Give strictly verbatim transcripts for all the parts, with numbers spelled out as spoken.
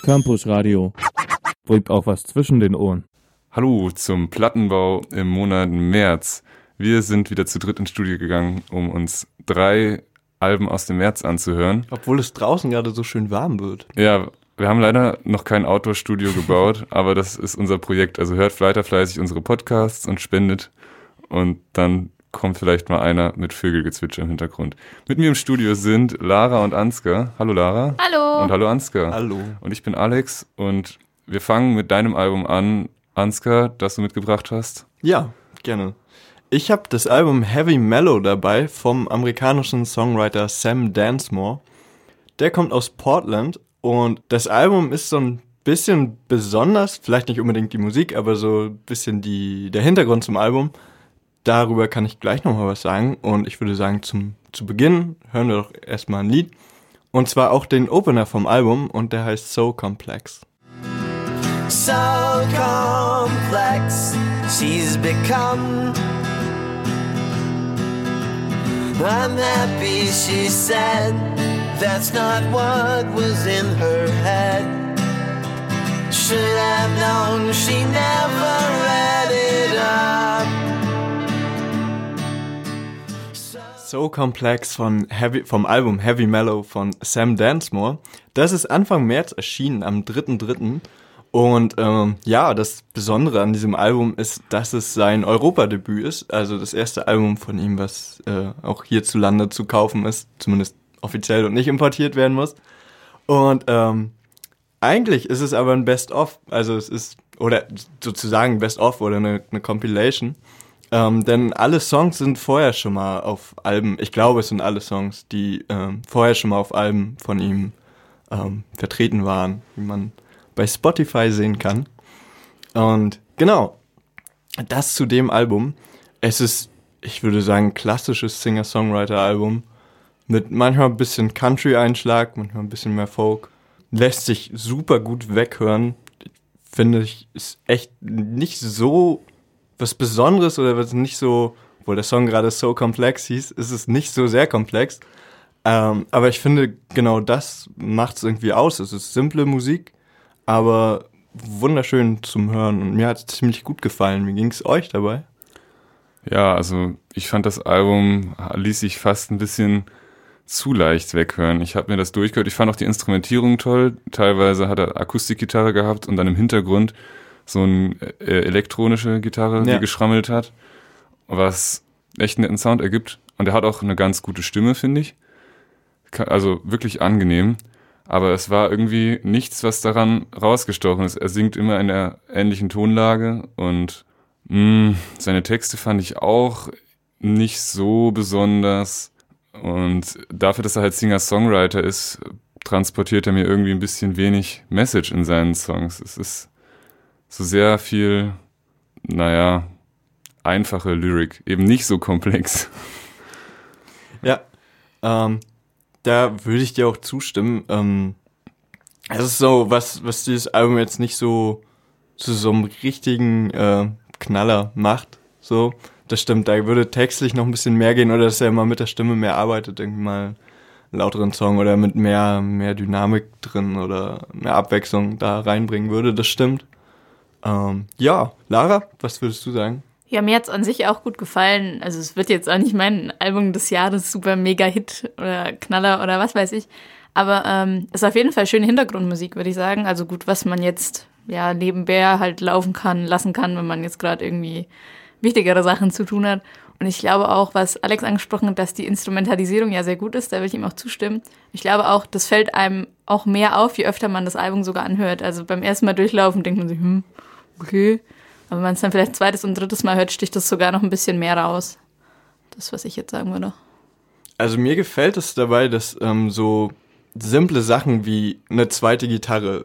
Campus Radio. Bringt auch was zwischen den Ohren. Hallo zum Plattenbau im Monat März. Wir sind wieder zu dritt ins Studio gegangen, um uns drei Alben aus dem März anzuhören. Obwohl es draußen gerade so schön warm wird. Ja, wir haben leider noch kein Outdoor-Studio gebaut, aber das ist unser Projekt. Also hört weiter fleißig unsere Podcasts und spendet und dann kommt vielleicht mal einer mit Vögelgezwitscher im Hintergrund. Mit mir im Studio sind Lara und Ansgar. Hallo Lara. Hallo. Und hallo Ansgar. Hallo. Und ich bin Alex und wir fangen mit deinem Album an, Ansgar, das du mitgebracht hast. Ja, gerne. Ich habe das Album Heavy Mellow dabei vom amerikanischen Songwriter Sam Densmore. Der kommt aus Portland und das Album ist so ein bisschen besonders, vielleicht nicht unbedingt die Musik, aber so ein bisschen die, der Hintergrund zum Album. Darüber kann ich gleich nochmal was sagen und ich würde sagen, zum, zu Beginn hören wir doch erstmal ein Lied und zwar auch den Opener vom Album und der heißt So Complex. So complex she's become. I'm happy she said that's not what was in her head. Should have known she never read it up. So Complex von Heavy, vom Album Heavy Mellow von Sam Densmore. Das ist Anfang März erschienen, am dritten dritten Und ähm, ja, das Besondere an diesem Album ist, dass es sein Europadebüt ist. Also das erste Album von ihm, was äh, auch hierzulande zu kaufen ist. Zumindest offiziell und nicht importiert werden muss. Und ähm, eigentlich ist es aber ein Best-of. Also es ist, oder sozusagen Best-of oder eine, eine Compilation. Ähm, denn alle Songs sind vorher schon mal auf Alben, ich glaube es sind alle Songs, die ähm, vorher schon mal auf Alben von ihm ähm, vertreten waren, wie man bei Spotify sehen kann. Und genau, das zu dem Album. Es ist, ich würde sagen, klassisches Singer-Songwriter-Album mit manchmal ein bisschen Country-Einschlag, manchmal ein bisschen mehr Folk. Lässt sich super gut weghören. Finde ich, ist echt nicht so was Besonderes oder was nicht so, obwohl der Song gerade So Complex hieß, ist es nicht so sehr komplex. Ähm, aber ich finde, genau das macht es irgendwie aus. Es ist simple Musik, aber wunderschön zum Hören. Und mir hat es ziemlich gut gefallen. Wie ging es euch dabei? Ja, also ich fand das Album ließ sich fast ein bisschen zu leicht weghören. Ich habe mir das durchgehört. Ich fand auch die Instrumentierung toll. Teilweise hat er Akustikgitarre gehabt und dann im Hintergrund so eine äh, elektronische Gitarre, die ja. geschrammelt hat, was echt einen netten Sound ergibt. Und er hat auch eine ganz gute Stimme, finde ich. Also wirklich angenehm. Aber es war irgendwie nichts, was daran rausgestochen ist. Er singt immer in der ähnlichen Tonlage und mh, seine Texte fand ich auch nicht so besonders. Und dafür, dass er halt Singer-Songwriter ist, transportiert er mir irgendwie ein bisschen wenig Message in seinen Songs. Es ist so sehr viel, naja, einfache Lyrik, eben nicht so komplex. Ja, ähm, da würde ich dir auch zustimmen. Ähm, es ist so, was, was dieses Album jetzt nicht so zu so einem richtigen äh, Knaller macht. So, das stimmt, da würde textlich noch ein bisschen mehr gehen oder dass er immer mit der Stimme mehr arbeitet, irgendwie mal einen lauteren Song oder mit mehr, mehr Dynamik drin oder mehr Abwechslung da reinbringen würde, das stimmt. Ähm, ja, Lara, was würdest du sagen? Ja, mir hat's an sich auch gut gefallen. Also es wird jetzt auch nicht mein Album des Jahres, super mega Hit oder Knaller oder was weiß ich. Aber ähm, ist auf jeden Fall schöne Hintergrundmusik, würde ich sagen. Also gut, was man jetzt ja nebenbei halt laufen kann, lassen kann, wenn man jetzt gerade irgendwie wichtigere Sachen zu tun hat. Und ich glaube auch, was Alex angesprochen hat, dass die Instrumentalisierung ja sehr gut ist, da will ich ihm auch zustimmen. Ich glaube auch, das fällt einem auch mehr auf, je öfter man das Album sogar anhört. Also beim ersten Mal durchlaufen denkt man sich, hm, okay. Aber wenn man es dann vielleicht zweites und drittes Mal hört, sticht das sogar noch ein bisschen mehr raus. Das, was ich jetzt sagen würde. Also mir gefällt es dabei, dass ähm, so simple Sachen wie eine zweite Gitarre,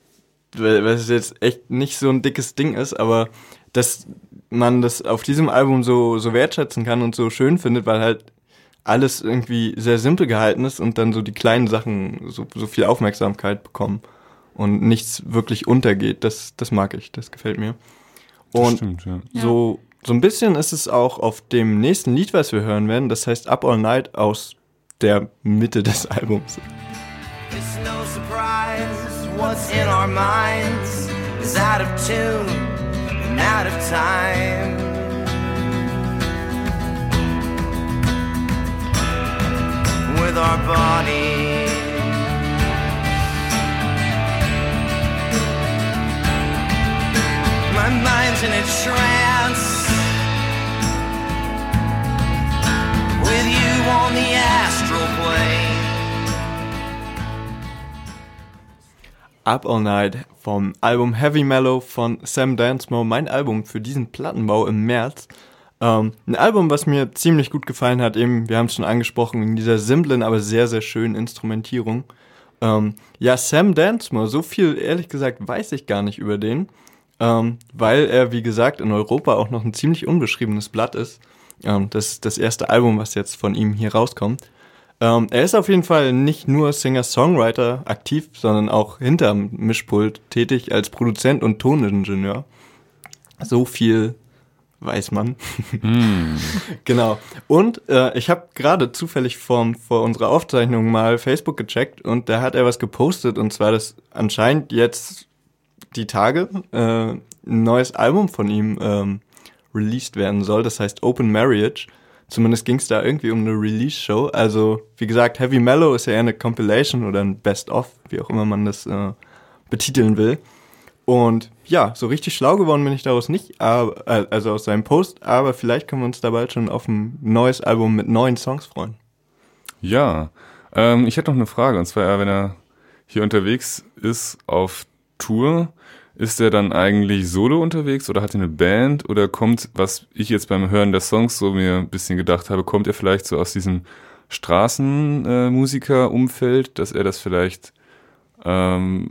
was jetzt echt nicht so ein dickes Ding ist, aber dass man das auf diesem Album so, so wertschätzen kann und so schön findet, weil halt alles irgendwie sehr simpel gehalten ist und dann so die kleinen Sachen so, so viel Aufmerksamkeit bekommen und nichts wirklich untergeht. Das, das mag ich, das gefällt mir. Und stimmt, ja. so, so ein bisschen ist es auch auf dem nächsten Lied, was wir hören werden, das heißt Up All Night aus der Mitte des Albums. It's It's no surprise what's in our minds is out of tune and out of time. With our bodies, my mind's in a trance with you on the astral plane. Up All Night vom Album Heavy Mellow von Sam Densmore, mein Album für diesen Plattenbau im März. Ähm, ein Album, was mir ziemlich gut gefallen hat, eben, wir haben es schon angesprochen, in dieser simplen, aber sehr, sehr schönen Instrumentierung. Ähm, ja, Sam Densmore, so viel, ehrlich gesagt, weiß ich gar nicht über den, ähm, weil er, wie gesagt, in Europa auch noch ein ziemlich unbeschriebenes Blatt ist. Ähm, das ist das erste Album, was jetzt von ihm hier rauskommt. Ähm, er ist auf jeden Fall nicht nur Singer-Songwriter aktiv, sondern auch hinterm Mischpult tätig als Produzent und Toningenieur. So viel weiß man. Mm. Genau. Und äh, ich habe gerade zufällig vom, vor unserer Aufzeichnung mal Facebook gecheckt und da hat er was gepostet, und zwar, dass anscheinend jetzt die Tage äh, ein neues Album von ihm ähm, released werden soll. Das heißt Open Marriage. Zumindest ging es da irgendwie um eine Release-Show. Also, wie gesagt, Heavy Mellow ist ja eher eine Compilation oder ein Best-of, wie auch immer man das äh, betiteln will. Und ja, so richtig schlau geworden bin ich daraus nicht, aber, also aus seinem Post, aber vielleicht können wir uns da bald schon auf ein neues Album mit neuen Songs freuen. Ja, ähm, ich hätte noch eine Frage, und zwar, ja, wenn er hier unterwegs ist auf Tour, ist er dann eigentlich solo unterwegs oder hat er eine Band, oder kommt, was ich jetzt beim Hören der Songs so mir ein bisschen gedacht habe, kommt er vielleicht so aus diesem Straßenmusiker-Umfeld, dass er das vielleicht ähm,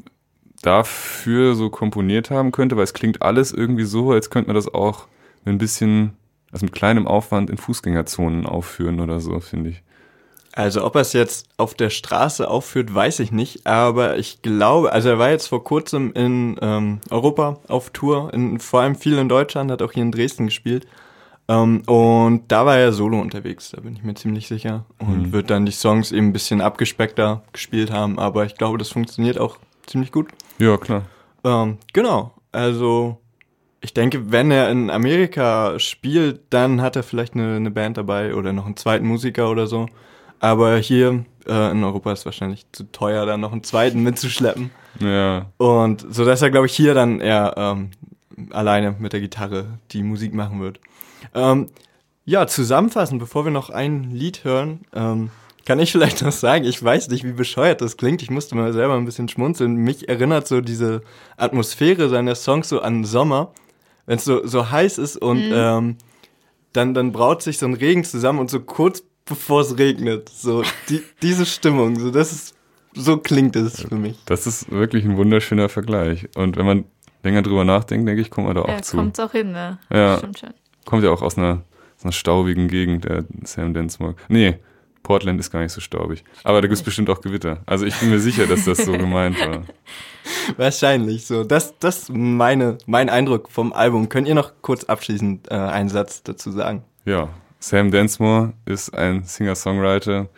dafür so komponiert haben könnte, weil es klingt alles irgendwie so, als könnte man das auch mit ein bisschen, also mit kleinem Aufwand in Fußgängerzonen aufführen oder so, finde ich. Also ob er es jetzt auf der Straße aufführt, weiß ich nicht, aber ich glaube, also er war jetzt vor kurzem in ähm, Europa auf Tour, in, vor allem viel in Deutschland, hat auch hier in Dresden gespielt, ähm, und da war er solo unterwegs, da bin ich mir ziemlich sicher, und mhm. wird dann die Songs eben ein bisschen abgespeckter gespielt haben, aber ich glaube, das funktioniert auch ziemlich gut. Ja, klar. Ähm, genau, also ich denke, wenn er in Amerika spielt, dann hat er vielleicht eine, eine Band dabei oder noch einen zweiten Musiker oder so. Aber hier äh, in Europa ist es wahrscheinlich zu teuer, da noch einen zweiten mitzuschleppen. Ja. Und so dass er, glaube ich, hier dann eher ähm, alleine mit der Gitarre die Musik machen wird. Ähm, ja, zusammenfassend, bevor wir noch ein Lied hören, ähm, kann ich vielleicht noch sagen, ich weiß nicht, wie bescheuert das klingt. Ich musste mal selber ein bisschen schmunzeln. Mich erinnert so diese Atmosphäre seiner Songs so an Sommer, wenn es so, so heiß ist und mhm. ähm, dann, dann braut sich so ein Regen zusammen und so kurz bevor es regnet. So, die, diese Stimmung, so, das ist, so klingt es für mich. Das ist wirklich ein wunderschöner Vergleich. Und wenn man länger drüber nachdenkt, denke ich, kommt man da auch ja, zu. Kommt auch hin, ne? Ja, stimmt schon. Kommt ja auch aus einer, aus einer staubigen Gegend, der Sam Densmore. Nee, Portland ist gar nicht so staubig. Aber da gibt es bestimmt auch Gewitter. Also ich bin mir sicher, dass das so gemeint war. Wahrscheinlich so. Das, das ist meine, mein Eindruck vom Album. Könnt ihr noch kurz abschließend äh, einen Satz dazu sagen? Ja, Sam Densmore ist ein Singer-Songwriter,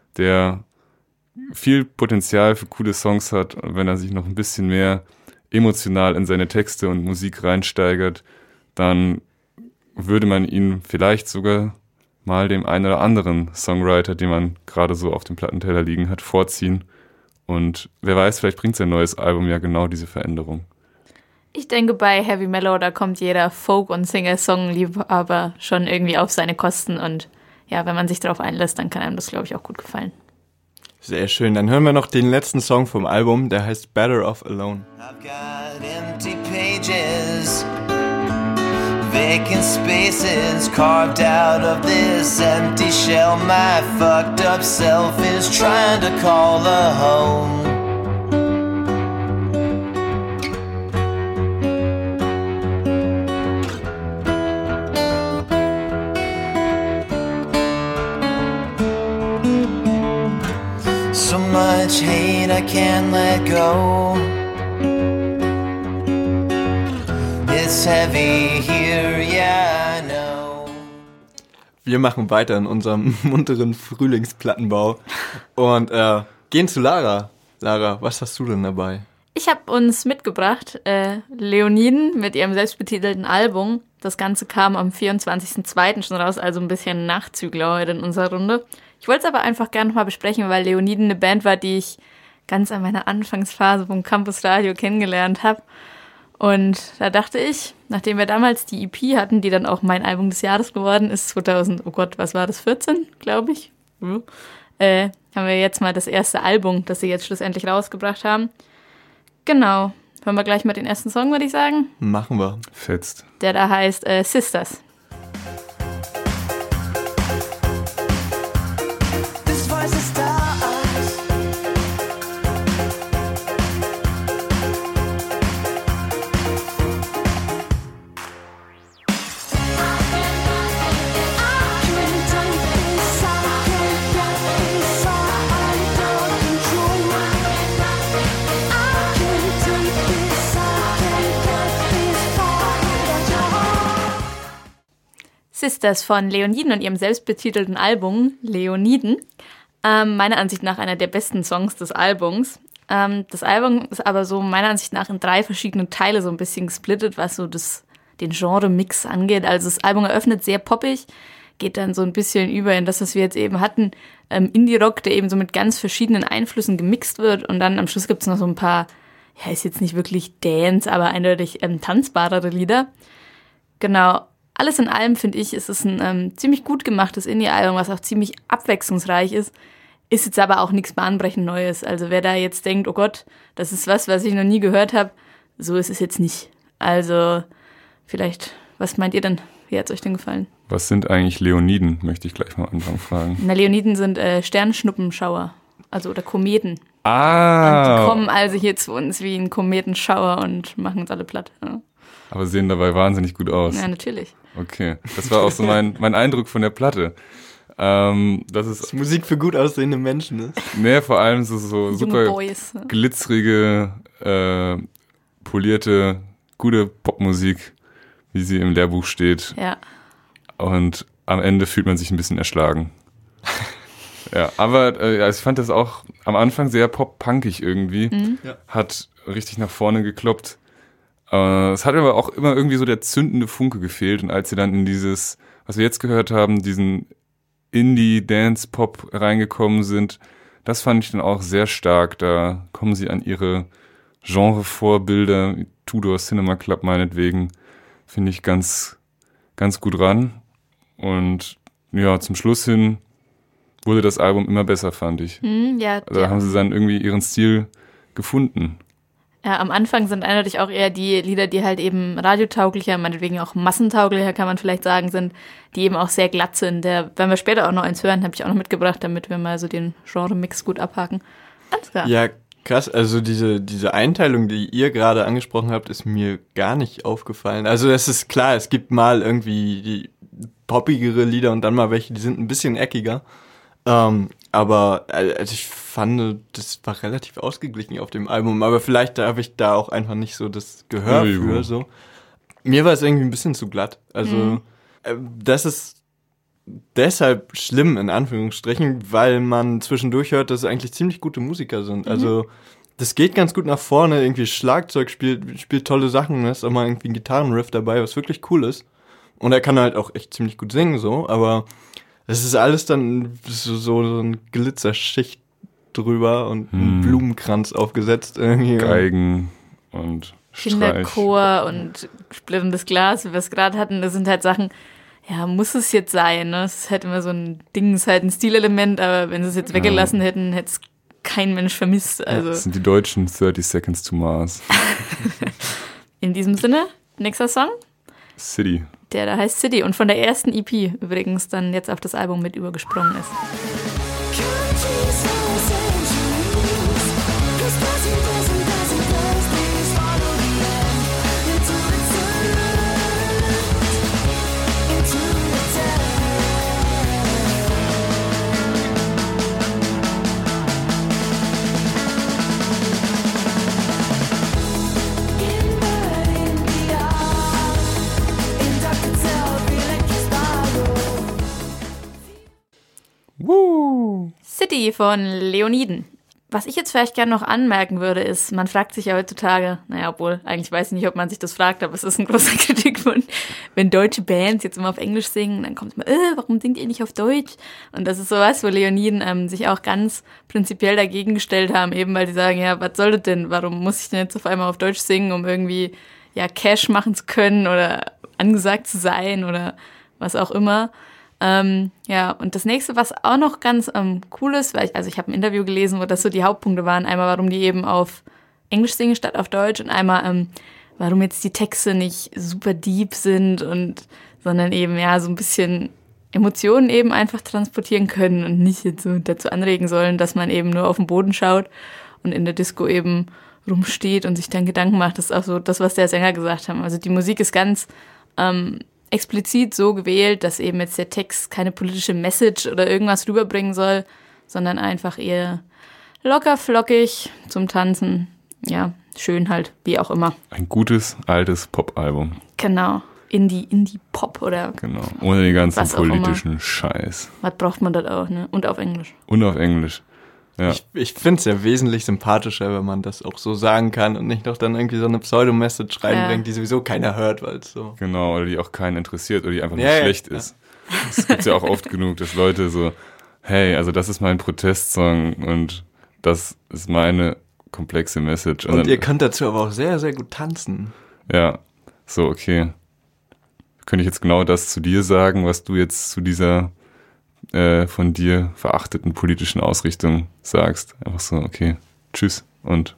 der viel Potenzial für coole Songs hat, und wenn er sich noch ein bisschen mehr emotional in seine Texte und Musik reinsteigert, dann würde man ihn vielleicht sogar mal dem einen oder anderen Songwriter, den man gerade so auf dem Plattenteller liegen hat, vorziehen. Und wer weiß, vielleicht bringt sein neues Album ja genau diese Veränderung. Ich denke, bei Heavy Mellow, da kommt jeder Folk- und Singer-Song-Liebhaber schon irgendwie auf seine Kosten. Und ja, wenn man sich darauf einlässt, dann kann einem das, glaube ich, auch gut gefallen. Sehr schön. Dann hören wir noch den letzten Song vom Album, der heißt Better Off Alone. I've got empty pages, vacant spaces carved out of this empty shell. My fucked up self is trying to call a home. So much hate I can't let go. It's heavy here, yeah, I know. Wir machen weiter in unserem munteren Frühlingsplattenbau und äh, gehen zu Lara. Lara, was hast du denn dabei? Ich habe uns mitgebracht, äh, Leoniden mit ihrem selbstbetitelten Album. Das Ganze kam am vierundzwanzigsten zweiten schon raus, also ein bisschen Nachzügler heute in unserer Runde. Ich wollte es aber einfach gerne mal besprechen, weil Leoniden eine Band war, die ich ganz an meiner Anfangsphase vom Campus Radio kennengelernt habe. Und da dachte ich, nachdem wir damals die E P hatten, die dann auch mein Album des Jahres geworden ist, zweitausend, oh Gott, was war das, vierzehn, glaube ich, mhm. äh, haben wir jetzt mal das erste Album, das sie jetzt schlussendlich rausgebracht haben. Genau. Hören wir gleich mal den ersten Song, würde ich sagen. Machen wir. Fetzt. Der da heißt äh, Sisters. This voice is stars. Sisters von Leoniden und ihrem selbstbetitelten Album Leoniden. Ähm, meiner Ansicht nach einer der besten Songs des Albums. Ähm, das Album ist aber so meiner Ansicht nach in drei verschiedene Teile so ein bisschen gesplittet, was so das, den Genre-Mix angeht. Also das Album eröffnet sehr poppig, geht dann so ein bisschen über in das, was wir jetzt eben hatten, ähm, Indie-Rock, der eben so mit ganz verschiedenen Einflüssen gemixt wird. Und dann am Schluss gibt es noch so ein paar, ja, ist jetzt nicht wirklich Dance, aber eindeutig ähm, tanzbarere Lieder. Genau. Alles in allem, finde ich, ist es ein ähm, ziemlich gut gemachtes Indie-Album, was auch ziemlich abwechslungsreich ist. Ist jetzt aber auch nichts bahnbrechend Neues. Also wer da jetzt denkt, oh Gott, das ist was, was ich noch nie gehört habe, so ist es jetzt nicht. Also vielleicht, was meint ihr denn? Wie hat es euch denn gefallen? Was sind eigentlich Leoniden, möchte ich gleich mal am Anfang fragen. Na, Leoniden sind äh, Sternschnuppenschauer, also oder Kometen. Ah! Und die kommen also hier zu uns wie ein Kometenschauer und machen uns alle platt. Ja, aber sehen dabei wahnsinnig gut aus. ja natürlich. Okay, das war auch so mein, mein Eindruck von der Platte. Ähm, das ist Das Musik für gut aussehende Menschen ist. nee, vor allem so, so Junge super Boys. Ja. glitzerige, äh, polierte, gute Popmusik, wie sie im Lehrbuch steht. Ja. Und am Ende fühlt man sich ein bisschen erschlagen. Ja, aber äh, also ich fand das auch am Anfang sehr pop-punkig irgendwie. Mhm. Ja. Hat richtig nach vorne gekloppt. Äh, es hat aber auch immer irgendwie so der zündende Funke gefehlt. Und als sie dann in dieses, was wir jetzt gehört haben, diesen Indie-Dance-Pop reingekommen sind, das fand ich dann auch sehr stark. Da kommen sie an ihre Genre-Vorbilder, Tudor Cinema Club meinetwegen, finde ich ganz, ganz gut ran. Und ja, zum Schluss hin wurde das Album immer besser, fand ich. Hm, ja, Also da ja. haben sie dann irgendwie ihren Stil gefunden. Ja, am Anfang sind eindeutig auch eher die Lieder, die halt eben radiotauglicher, meinetwegen auch massentauglicher, kann man vielleicht sagen, sind, die eben auch sehr glatt sind. Der, wenn wir später auch noch eins hören, habe ich auch noch mitgebracht, damit wir mal so den Genre-Mix gut abhaken. Alles klar. Ja, krass. Also diese, diese Einteilung, die ihr gerade angesprochen habt, ist mir gar nicht aufgefallen. Also es ist klar, es gibt mal irgendwie die poppigere Lieder und dann mal welche, die sind ein bisschen eckiger. Ähm, aber also ich fand, das war relativ ausgeglichen auf dem Album. Aber vielleicht habe ich da auch einfach nicht so das Gehör Ja, für. ja. So. Mir war es irgendwie ein bisschen zu glatt. Also Mhm. äh, das ist deshalb schlimm, in Anführungsstrichen, weil man zwischendurch hört, dass es eigentlich ziemlich gute Musiker sind. Also das geht ganz gut nach vorne. Irgendwie Schlagzeug spielt, spielt tolle Sachen. Da ist auch mal irgendwie ein Gitarrenriff dabei, was wirklich cool ist. Und er kann halt auch echt ziemlich gut singen, so. Aber es ist alles dann so, so, so ein Glitzerschicht drüber und ein Hm. Blumenkranz aufgesetzt irgendwie. Geigen und Streich. Kinderchor und splitterndes Glas, wie wir es gerade hatten, das sind halt Sachen, ja, muss es jetzt sein, ne? Es ist halt immer so ein Ding, es ist halt ein Stilelement, aber wenn sie es jetzt weggelassen hätten, hätte es kein Mensch vermisst. Also Das sind die deutschen thirty Seconds to Mars. in diesem Sinne, nächster Song, City. der da heißt City und von der ersten E P übrigens dann jetzt auf das Album mit übergesprungen ist. Woo! City von Leoniden. was ich jetzt vielleicht gerne noch anmerken würde, ist, man fragt sich ja heutzutage, naja, obwohl, eigentlich weiß ich nicht, ob man sich das fragt, aber es ist ein großer Kritikpunkt, wenn deutsche Bands jetzt immer auf Englisch singen, dann kommt immer, äh, warum singt ihr nicht auf Deutsch? Und das ist sowas, wo Leoniden ähm, sich auch ganz prinzipiell dagegen gestellt haben, eben weil die sagen, ja, was soll das denn? Warum muss ich denn jetzt auf einmal auf Deutsch singen, um irgendwie, ja, Cash machen zu können oder angesagt zu sein oder was auch immer. Ähm, ja, und das nächste, was auch noch ganz ähm, cool ist, weil ich, also ich habe ein Interview gelesen, wo das so die Hauptpunkte waren. Einmal, warum die eben auf Englisch singen statt auf Deutsch und einmal, ähm, warum jetzt die Texte nicht super deep sind und, sondern eben, ja, so ein bisschen Emotionen eben einfach transportieren können und nicht jetzt so dazu anregen sollen, dass man eben nur auf den Boden schaut und in der Disco eben rumsteht und sich dann Gedanken macht. Das ist auch so das, was der Sänger gesagt haben. Also die Musik ist ganz, ähm, explizit so gewählt, dass eben jetzt der Text keine politische Message oder irgendwas rüberbringen soll, sondern einfach eher locker flockig zum Tanzen. Ja, schön halt, wie auch immer. Ein gutes, altes Pop-Album. Genau. Indie, Indie-Pop oder Genau, ohne den ganzen was auch politischen immer. Scheiß. Was braucht man das auch, ne? Und auf Englisch. Und auf Englisch. Ja. Ich, ich finde es ja wesentlich sympathischer, wenn man das auch so sagen kann und nicht noch dann irgendwie so eine Pseudo-Message reinbringt, Ja. die sowieso keiner hört, weil es so... Genau, oder die auch keinen interessiert oder die einfach Ja, nur ja, schlecht ja. ist. Das gibt's ja auch oft genug, dass Leute so, hey, also das ist mein Protestsong und das ist meine komplexe Message. Und dann, ihr könnt dazu aber auch sehr, sehr gut tanzen. ja, so, okay. Könnte ich jetzt genau das zu dir sagen, was du jetzt zu dieser äh, von dir verachteten politischen Ausrichtung sagst? Einfach so, okay, tschüss und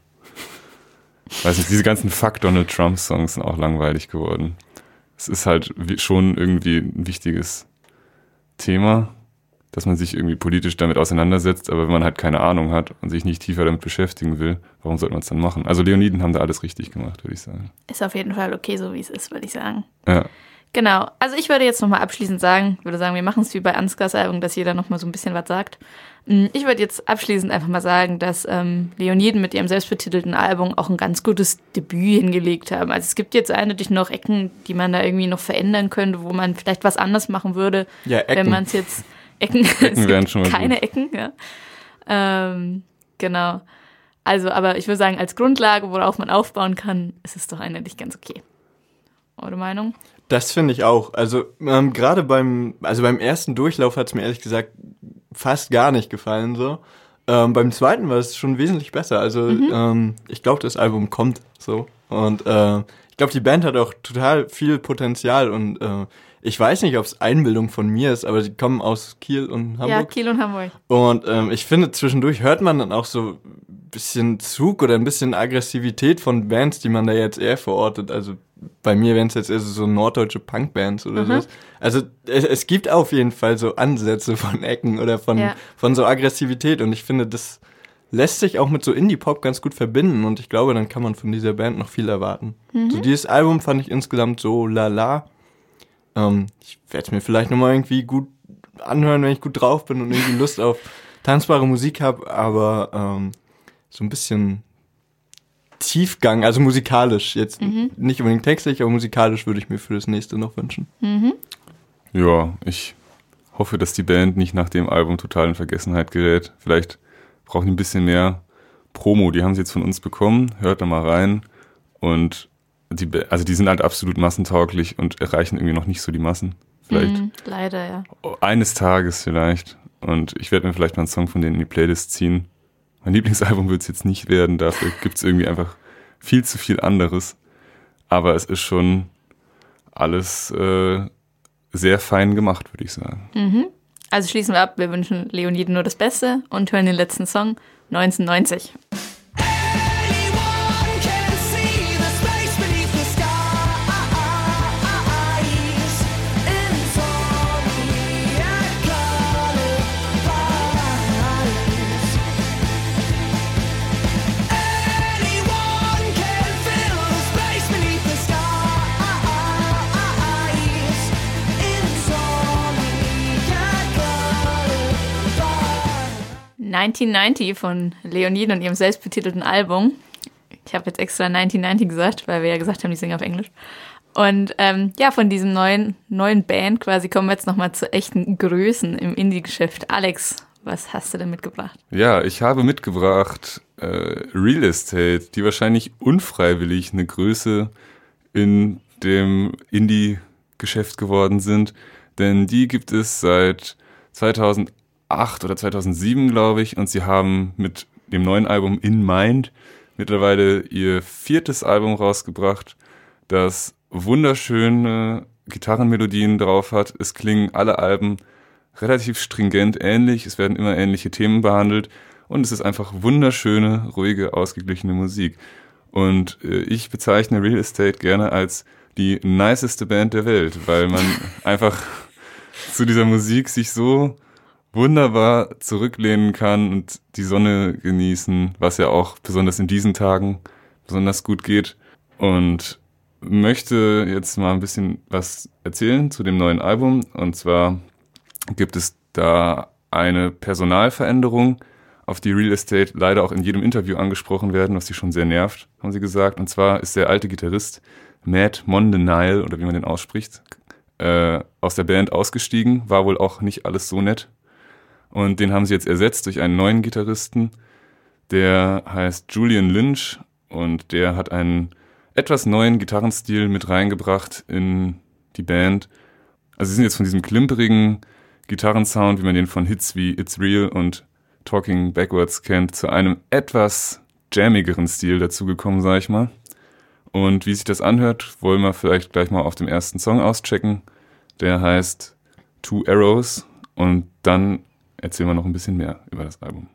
weiß nicht, diese ganzen Fuck Donald Trump Songs sind auch langweilig geworden. Es ist halt wie, schon irgendwie ein wichtiges Thema, dass man sich irgendwie politisch damit auseinandersetzt, aber wenn man halt keine Ahnung hat und sich nicht tiefer damit beschäftigen will, warum sollte man es dann machen? Also Leoniden haben da alles richtig gemacht, würde ich sagen. Ist auf jeden Fall okay, so wie es ist, würde ich sagen. Ja. Genau, also ich würde jetzt nochmal abschließend sagen, ich würde sagen, wir machen es wie bei Ansgars Album, dass jeder nochmal so ein bisschen was sagt. Ich würde jetzt abschließend einfach mal sagen, dass ähm, Leoniden mit ihrem selbstbetitelten Album auch ein ganz gutes Debüt hingelegt haben. Also es gibt jetzt eindeutig noch Ecken, die man da irgendwie noch verändern könnte, wo man vielleicht was anders machen würde, Ja, Ecken. wenn man es jetzt... Ecken, Ecken es wären gibt schon mal keine gut. Ecken, ja. Ähm, genau. Also, aber ich würde sagen, als Grundlage, worauf man aufbauen kann, ist es doch eindeutig ganz okay. Eure Meinung? Das finde ich auch. Also ähm, gerade beim, also beim ersten Durchlauf hat es mir ehrlich gesagt fast gar nicht gefallen so. Ähm, beim zweiten war es schon wesentlich besser. Also Mhm. ähm, ich glaube, das Album kommt so. Und äh, ich glaube, die Band hat auch total viel Potenzial. Und äh, ich weiß nicht, ob es Einbildung von mir ist, aber sie kommen aus Kiel und Hamburg. Ja, Kiel und Hamburg. Und ähm, ich finde, zwischendurch hört man dann auch so ein bisschen Zug oder ein bisschen Aggressivität von Bands, die man da jetzt eher verortet. Also bei mir wären es jetzt eher so norddeutsche Punkbands oder Mhm. so. Also es, es gibt auf jeden Fall so Ansätze von Ecken oder von, Ja. von so Aggressivität. Und ich finde, das lässt sich auch mit so Indie-Pop ganz gut verbinden. Und ich glaube, dann kann man von dieser Band noch viel erwarten. So dieses Album fand ich insgesamt so lala. Ähm, ich werde es mir vielleicht nochmal irgendwie gut anhören, wenn ich gut drauf bin und irgendwie Lust auf tanzbare Musik habe, aber ähm, so ein bisschen Tiefgang, also musikalisch, jetzt nicht unbedingt textlich, aber musikalisch würde ich mir für das nächste noch wünschen. Ja, ich hoffe, dass die Band nicht nach dem Album total in Vergessenheit gerät. Vielleicht brauchen die ein bisschen mehr Promo. Die haben sie jetzt von uns bekommen. Hört da mal rein. Und die, Ba- also die sind halt absolut massentauglich und erreichen irgendwie noch nicht so die Massen. Vielleicht Mhm, leider, ja. eines Tages vielleicht. Und ich werde mir vielleicht mal einen Song von denen in die Playlist ziehen. Mein Lieblingsalbum wird es jetzt nicht werden. Dafür gibt es irgendwie einfach viel zu viel anderes. Aber es ist schon alles äh, sehr fein gemacht, würde ich sagen. Also schließen wir ab, wir wünschen Leoniden nur das Beste und hören den letzten Song, neunzehnhundertneunzig. Anyone can see the space beneath the skies. Insomniac colored bodies. Anyone can feel the space beneath the skies. Insomniac colored bodies. neunzehnhundertneunzig von Leoniden und ihrem selbstbetitelten Album. Ich habe jetzt extra neunzehnhundertneunzig gesagt, weil wir ja gesagt haben, die singen auf Englisch. Und ähm, ja, von diesem neuen, neuen Band quasi kommen wir jetzt nochmal zu echten Größen im Indie-Geschäft. Alex, Was hast du denn mitgebracht? Ja, ich habe mitgebracht äh, Real Estate, die wahrscheinlich unfreiwillig eine Größe in dem Indie-Geschäft geworden sind, denn die gibt es seit zweitausendacht oder zweitausendsieben, glaube ich, und sie haben mit dem neuen Album In Mind mittlerweile ihr viertes Album rausgebracht, das wunderschöne Gitarrenmelodien drauf hat. Es klingen alle Alben relativ stringent ähnlich, es werden immer ähnliche Themen behandelt und es ist einfach wunderschöne, ruhige, ausgeglichene Musik. Und äh, ich bezeichne Real Estate gerne als die niceste Band der Welt, weil man einfach zu dieser Musik sich so wunderbar zurücklehnen kann und die Sonne genießen, was ja auch besonders in diesen Tagen besonders gut geht. Und möchte jetzt mal ein bisschen was erzählen zu dem neuen Album. Und zwar gibt es da eine Personalveränderung, auf die Real Estate leider auch in jedem Interview angesprochen werden, was sie schon sehr nervt, haben sie gesagt. Und zwar ist der alte Gitarrist Matt Mondenile, oder wie man den ausspricht, äh, aus der Band ausgestiegen. War wohl auch nicht alles so nett. Und den haben sie jetzt ersetzt durch einen neuen Gitarristen, der heißt Julian Lynch und der hat einen etwas neuen Gitarrenstil mit reingebracht in die Band. Also sie sind jetzt von diesem klimperigen Gitarrensound, wie man den von Hits wie It's Real und Talking Backwards kennt, zu einem etwas jammigeren Stil dazugekommen, sag ich mal. Und wie sich das anhört, wollen wir vielleicht gleich mal auf dem ersten Song auschecken. Der heißt Two Arrows und dann erzählen wir noch ein bisschen mehr über das Album.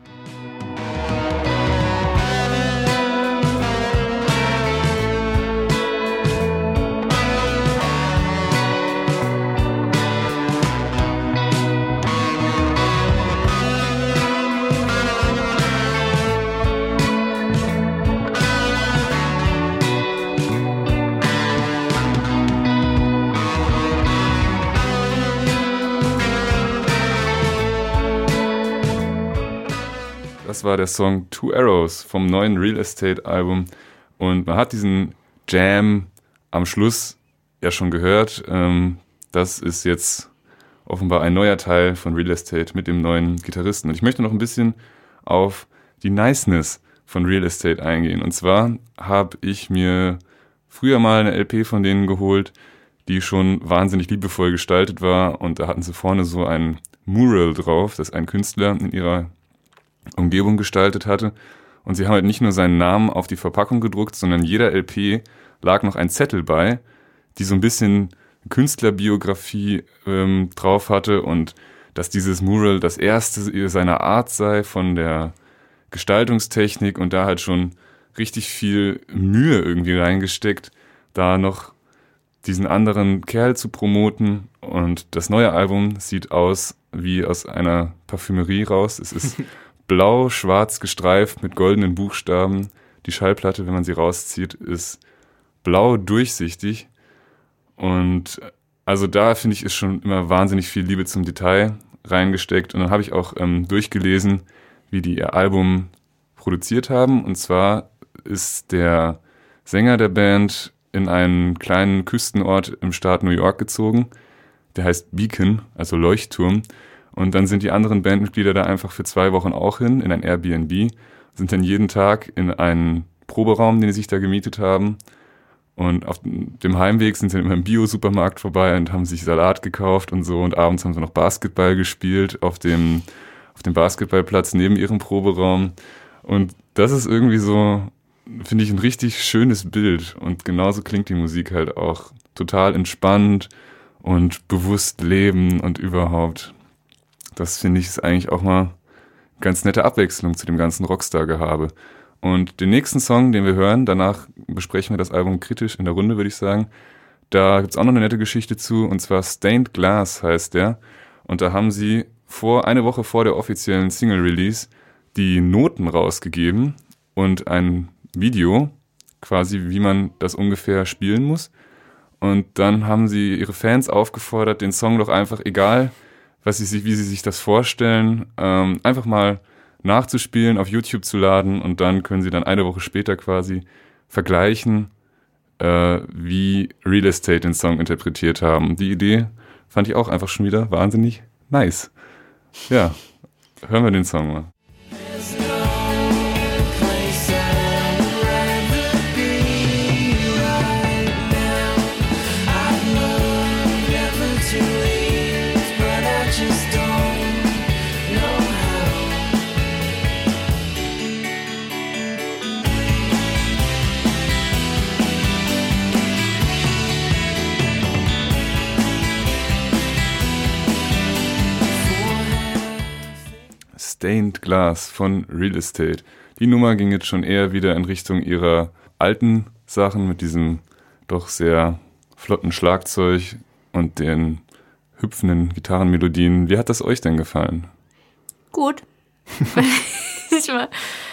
Das war der Song Two Arrows vom neuen Real Estate Album und man hat diesen Jam am Schluss ja schon gehört. Das ist jetzt offenbar ein neuer Teil von Real Estate mit dem neuen Gitarristen. Und ich möchte noch ein bisschen auf die Niceness von Real Estate eingehen. Und zwar habe ich mir früher mal eine L P von denen geholt, die schon wahnsinnig liebevoll gestaltet war und da hatten sie vorne so ein Mural drauf, das ein Künstler in ihrer Umgebung gestaltet hatte. Und sie haben halt nicht nur seinen Namen auf die Verpackung gedruckt, sondern jeder L P lag noch ein Zettel bei, die so ein bisschen Künstlerbiografie ähm, drauf hatte und dass dieses Mural das erste seiner Art sei von der Gestaltungstechnik und da halt schon richtig viel Mühe irgendwie reingesteckt, da noch diesen anderen Kerl zu promoten. Und das neue Album sieht aus wie aus einer Parfümerie raus. Es ist blau-schwarz gestreift mit goldenen Buchstaben. Die Schallplatte, wenn man sie rauszieht, ist blau durchsichtig. Und also da finde ich, ist schon immer wahnsinnig viel Liebe zum Detail reingesteckt. Und dann habe ich auch ähm, durchgelesen, wie die ihr Album produziert haben. Und zwar ist der Sänger der Band in einen kleinen Küstenort im Staat New York gezogen. Der heißt Beacon, also Leuchtturm. Und dann sind die anderen Bandmitglieder da einfach für zwei Wochen auch hin, in ein Airbnb, sind dann jeden Tag in einen Proberaum, den sie sich da gemietet haben. Und auf dem Heimweg sind sie immer im Bio-Supermarkt vorbei und haben sich Salat gekauft und so. Und abends haben sie noch Basketball gespielt auf dem, auf dem Basketballplatz neben ihrem Proberaum. Und das ist irgendwie so, finde ich, ein richtig schönes Bild. Und genauso klingt die Musik halt auch total entspannt und bewusst leben und überhaupt. Das finde ich ist eigentlich auch mal eine ganz nette Abwechslung zu dem ganzen Rockstar-Gehabe. Und den nächsten Song, den wir hören, danach besprechen wir das Album kritisch in der Runde, würde ich sagen. Da gibt's auch noch eine nette Geschichte zu, und zwar Stained Glass heißt der. Und da haben sie vor eine Woche vor der offiziellen Single-Release die Noten rausgegeben und ein Video, quasi wie man das ungefähr spielen muss. Und dann haben sie ihre Fans aufgefordert, den Song doch einfach, egal was sie sich, wie sie sich das vorstellen, ähm, einfach mal nachzuspielen, auf YouTube zu laden und dann können sie dann eine Woche später quasi vergleichen, äh, wie Real Estate den Song interpretiert haben. Die Idee fand ich auch einfach schon wieder wahnsinnig nice. Ja, hören wir den Song mal. There's no place I'd rather be right now. I'd love never to leave, but I just don't know how. Stained Glass von Real Estate. Die Nummer ging jetzt schon eher wieder in Richtung ihrer alten Sachen mit diesem doch sehr flotten Schlagzeug und den hüpfenden Gitarrenmelodien. Wie hat das euch denn gefallen? Gut. ich mal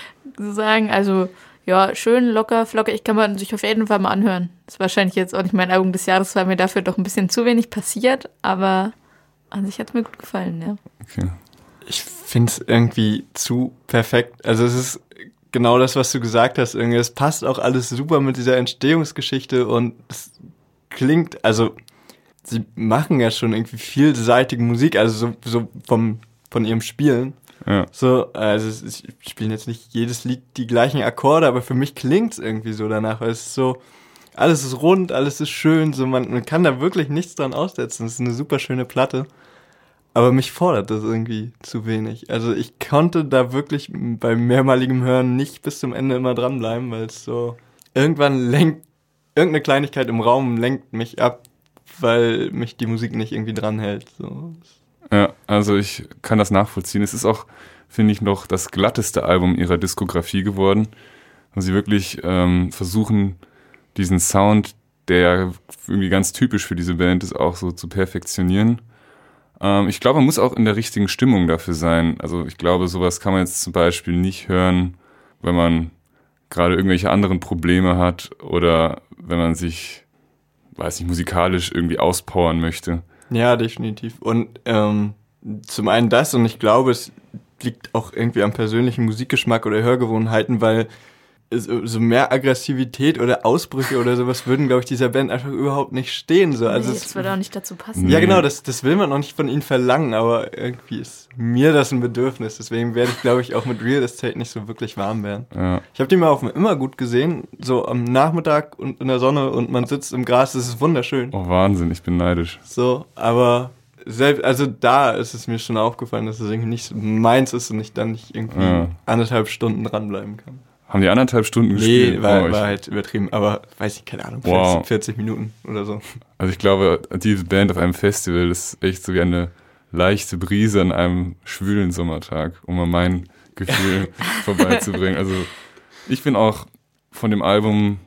so sagen, also ja, schön, locker, flockig, kann man sich auf jeden Fall mal anhören. Das ist wahrscheinlich jetzt auch nicht mein Album des Jahres, weil mir dafür doch ein bisschen zu wenig passiert, aber an sich hat es mir gut gefallen, ja. Okay. Ich finde es irgendwie zu perfekt. Also es ist genau das, was du gesagt hast. Irgendwie, es passt auch alles super mit dieser Entstehungsgeschichte und es klingt, also sie machen ja schon irgendwie vielseitige Musik, also so, so vom, von ihrem Spielen. Ja. So, also es ist, ich spiele jetzt nicht jedes Lied die gleichen Akkorde, aber für mich klingt es irgendwie so danach, weil es ist so, alles ist rund, alles ist schön, so man, man kann da wirklich nichts dran aussetzen. Es ist eine super schöne Platte. Aber mich fordert das irgendwie zu wenig. Also ich konnte da wirklich bei mehrmaligem Hören nicht bis zum Ende immer dranbleiben, weil es so irgendwann lenkt, irgendeine Kleinigkeit im Raum lenkt mich ab, weil mich die Musik nicht irgendwie dranhält. So. Ja, also ich kann das nachvollziehen. Es ist auch, finde ich, noch das glatteste Album ihrer Diskografie geworden. Und sie wirklich ähm, versuchen, diesen Sound, der ja irgendwie ganz typisch für diese Band ist, auch so zu perfektionieren. Ähm, ich glaube, man muss auch in der richtigen Stimmung dafür sein. Also ich glaube, sowas kann man jetzt zum Beispiel nicht hören, wenn man gerade irgendwelche anderen Probleme hat oder wenn man sich, weiß nicht, musikalisch irgendwie auspowern möchte. Ja, definitiv. Und ähm, zum einen das, und ich glaube, es liegt auch irgendwie am persönlichen Musikgeschmack oder Hörgewohnheiten, weil so, so mehr Aggressivität oder Ausbrüche oder sowas würden, glaube ich, dieser Band einfach überhaupt nicht stehen. So. Also nee, es, das würde auch nicht dazu passen. ja, genau, das, das will man auch nicht von ihnen verlangen, aber irgendwie ist mir das ein Bedürfnis. Deswegen werde ich, glaube ich, auch mit Real Estate nicht so wirklich warm werden. Ja. Ich habe die mal auf dem Immergut gesehen, so am Nachmittag und in der Sonne und man sitzt im Gras, das ist wunderschön. Oh, Wahnsinn, ich bin neidisch. So, aber selbst, also da ist es mir schon aufgefallen, dass es irgendwie nicht so meins ist und ich dann nicht irgendwie Ja. anderthalb Stunden dranbleiben kann. Haben die anderthalb Stunden gespielt? Nee, war, Oh, ich, war halt übertrieben, aber weiß ich, keine Ahnung, Wow. vierzig Minuten oder so. Also ich glaube, diese Band auf einem Festival ist echt so wie eine leichte Brise an einem schwülen Sommertag, um mal mein Gefühl vorbeizubringen. Also ich bin auch von dem Album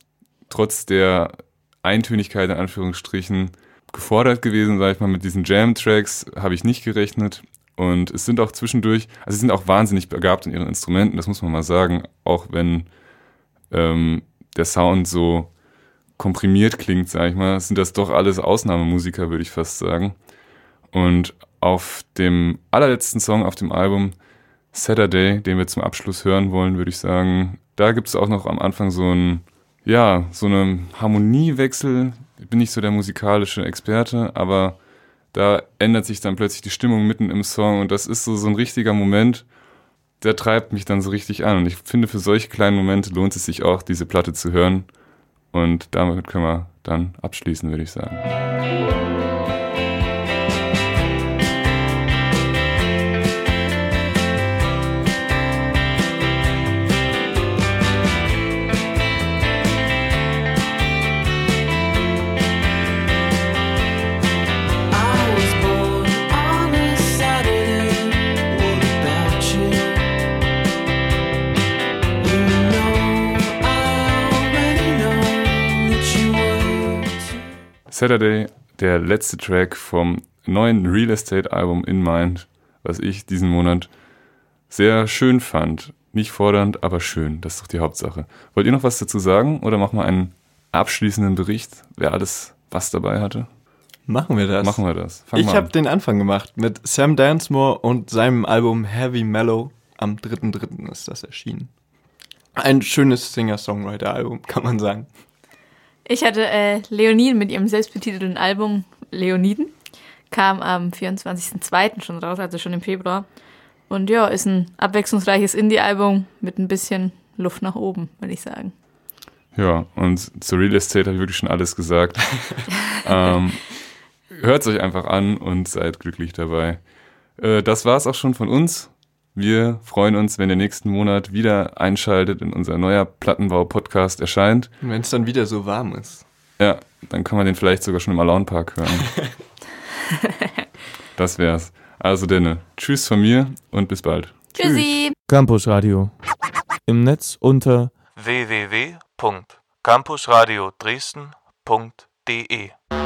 trotz der Eintönigkeit in Anführungsstrichen gefordert gewesen, sag ich mal, mit diesen Jam-Tracks habe ich nicht gerechnet. Und es sind auch zwischendurch, also sie sind auch wahnsinnig begabt in ihren Instrumenten, das muss man mal sagen, auch wenn ähm, der Sound so komprimiert klingt, sag ich mal, sind das doch alles Ausnahmemusiker, würde ich fast sagen. Und auf dem allerletzten Song auf dem Album, Saturday, den wir zum Abschluss hören wollen, würde ich sagen, da gibt es auch noch am Anfang so ein, ja, so einen Harmoniewechsel. Ich bin nicht so der musikalische Experte, aber da ändert sich dann plötzlich die Stimmung mitten im Song und das ist so, so ein richtiger Moment, der treibt mich dann so richtig an. Und ich finde, für solche kleinen Momente lohnt es sich auch, diese Platte zu hören. Und damit können wir dann abschließen, würde ich sagen. Saturday, der letzte Track vom neuen Real Estate Album In Mind, was ich diesen Monat sehr schön fand. Nicht fordernd, aber schön. Das ist doch die Hauptsache. Wollt ihr noch was dazu sagen oder machen wir einen abschließenden Bericht, wer alles was dabei hatte? Machen wir das. Machen wir das. Fang ich mal habe an. den Anfang gemacht mit Sam Densmore und seinem Album Heavy Mellow. Am dritten dritten ist das erschienen. Ein schönes Singer-Songwriter-Album, kann man sagen. Ich hatte äh, Leoniden mit ihrem selbstbetitelten Album Leoniden. Kam am vierundzwanzigsten zweiten schon raus, also schon im Februar. Und ja, ist ein abwechslungsreiches Indie-Album mit ein bisschen Luft nach oben, würde ich sagen. Ja, und zu Real Estate habe ich wirklich schon alles gesagt. ähm, Hört es euch einfach an und seid glücklich dabei. Äh, das war es auch schon von uns. Wir freuen uns, wenn ihr nächsten Monat wieder einschaltet und unser neuer Plattenbau-Podcast erscheint. Wenn es dann wieder so warm ist. Ja, dann kann man den vielleicht sogar schon im Alone Park hören. Das wär's. Also Denne, tschüss von mir und bis bald. Tschüssi! Campus Radio. Im Netz unter w w w punkt campusradio dresden punkt d e